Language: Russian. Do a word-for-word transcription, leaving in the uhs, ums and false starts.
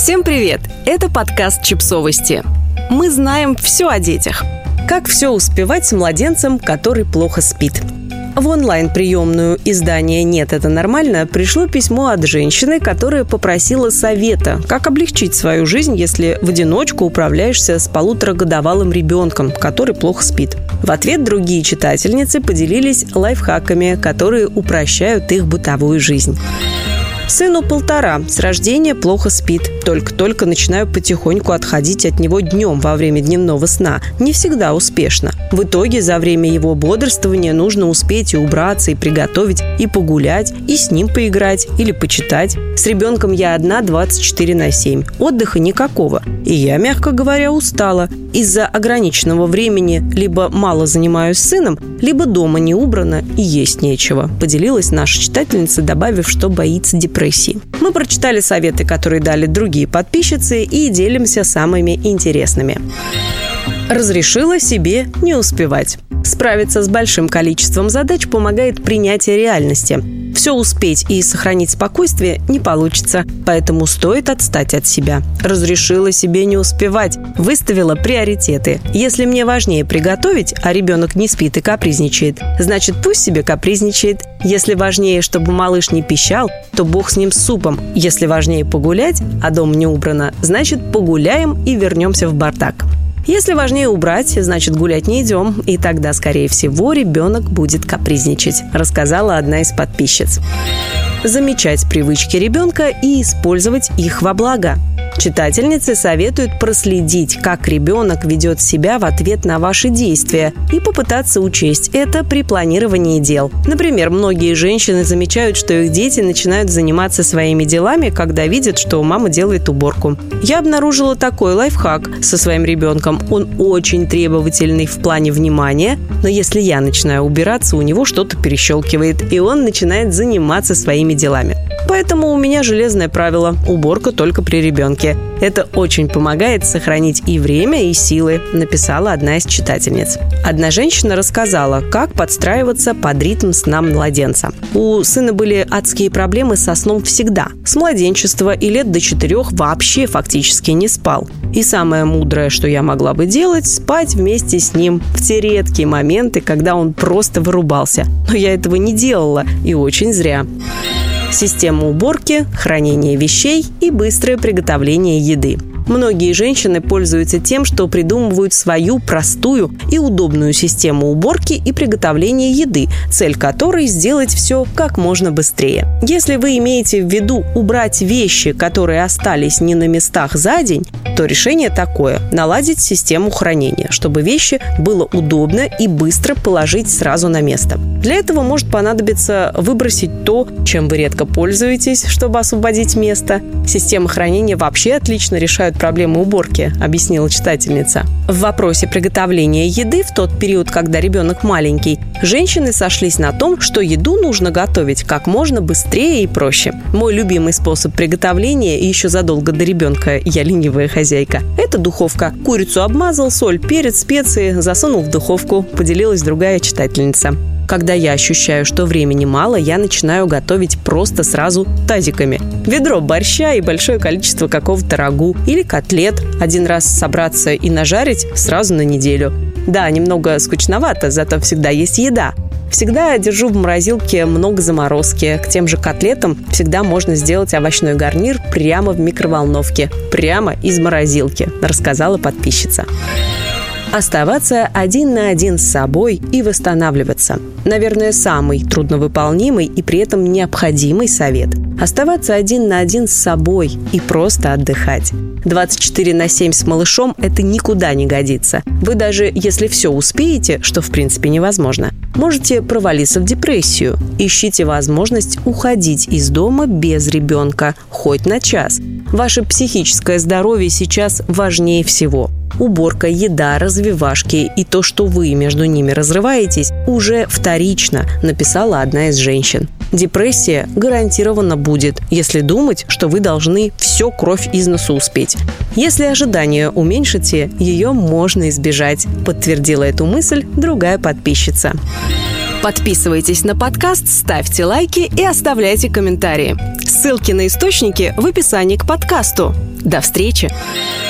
Всем привет! Это подкаст «Чипсовости». Мы знаем все о детях. Как все успевать с младенцем, который плохо спит. В онлайн-приемную издания «Нет, это нормально» пришло письмо от женщины, которая попросила совета, как облегчить свою жизнь, если в одиночку управляешься с полуторагодовалым ребенком, который плохо спит. В ответ другие читательницы поделились лайфхаками, которые упрощают их бытовую жизнь. Сыну полтора, с рождения плохо спит. Только-только начинаю потихоньку отходить от него днем во время дневного сна. Не всегда успешно. В итоге за время его бодрствования нужно успеть и убраться, и приготовить, и погулять, и с ним поиграть или почитать. С ребенком я одна двадцать четыре на семь. Отдыха никакого. И я, мягко говоря, устала. Из-за ограниченного времени либо мало занимаюсь сыном, либо дома не убрано и есть нечего. Поделилась наша читательница, добавив, что боится депрессии. Мы прочитали советы, которые дали другие подписчицы, и делимся самыми интересными. Разрешила себе не успевать. Справиться с большим количеством задач помогает принятие реальности. Все успеть и сохранить спокойствие не получится, поэтому стоит отстать от себя. Разрешила себе не успевать, выставила приоритеты. Если мне важнее приготовить, а ребенок не спит и капризничает, значит, пусть себе капризничает. Если важнее, чтобы малыш не пищал, то бог с ним с супом. Если важнее погулять, а дом не убрано, значит, погуляем и вернемся в бардак. Если важнее убрать, значит, гулять не идем, и тогда, скорее всего, ребенок будет капризничать, рассказала одна из подписчиц. Замечать привычки ребенка и использовать их во благо. Читательницы советуют проследить, как ребенок ведет себя в ответ на ваши действия, и попытаться учесть это при планировании дел. Например, многие женщины замечают, что их дети начинают заниматься своими делами, когда видят, что мама делает уборку. Я обнаружила такой лайфхак со своим ребенком. Он очень требовательный в плане внимания, но если я начинаю убираться, у него что-то перещелкивает, и он начинает заниматься своими делами. Поэтому у меня железное правило – уборка только при ребенке. Это очень помогает сохранить и время, и силы, написала одна из читательниц. Одна женщина рассказала, как подстраиваться под ритм сна младенца. У сына были адские проблемы со сном всегда. С младенчества и лет до четырех вообще фактически не спал. И самое мудрое, что я могла бы делать – спать вместе с ним в те редкие моменты, когда он просто вырубался. Но я этого не делала, и очень зря. Система уборки, хранение вещей и быстрое приготовление еды. Многие женщины пользуются тем, что придумывают свою простую и удобную систему уборки и приготовления еды, цель которой – сделать все как можно быстрее. Если вы имеете в виду убрать вещи, которые остались не на местах за день, то решение такое – наладить систему хранения, чтобы вещи было удобно и быстро положить сразу на место. Для этого может понадобиться выбросить то, чем вы редко пользуетесь, чтобы освободить место. Система хранения вообще отлично решает проблемы уборки, объяснила читательница. В вопросе приготовления еды в тот период, когда ребенок маленький, женщины сошлись на том, что еду нужно готовить как можно быстрее и проще. Мой любимый способ приготовления, и еще задолго до ребенка я ленивая хозяйка, это духовка. Курицу обмазал, соль, перец, специи, засунул в духовку, поделилась другая читательница. Когда я ощущаю, что времени мало, я начинаю готовить просто сразу тазиками. Ведро борща и большое количество какого-то рагу или котлет. Один раз собраться и нажарить сразу на неделю. Да, немного скучновато, зато всегда есть еда. Всегда держу в морозилке много заморозки. К тем же котлетам всегда можно сделать овощной гарнир прямо в микроволновке. Прямо из морозилки, рассказала подписчица. Оставаться один на один с собой и восстанавливаться. Наверное, самый трудновыполнимый и при этом необходимый совет. Оставаться один на один с собой и просто отдыхать. двадцать четыре на семь с малышом – это никуда не годится. Вы даже если все успеете, что в принципе невозможно, можете провалиться в депрессию. Ищите возможность уходить из дома без ребенка, хоть на час. Ваше психическое здоровье сейчас важнее всего. Уборка, еда, развивашки и то, что вы между ними разрываетесь, уже вторично, написала одна из женщин. Депрессия гарантированно будет, если думать, что вы должны все кровь из носу успеть. Если ожидания уменьшите, ее можно избежать, подтвердила эту мысль другая подписчица. Подписывайтесь на подкаст, ставьте лайки и оставляйте комментарии. Ссылки на источники в описании к подкасту. До встречи!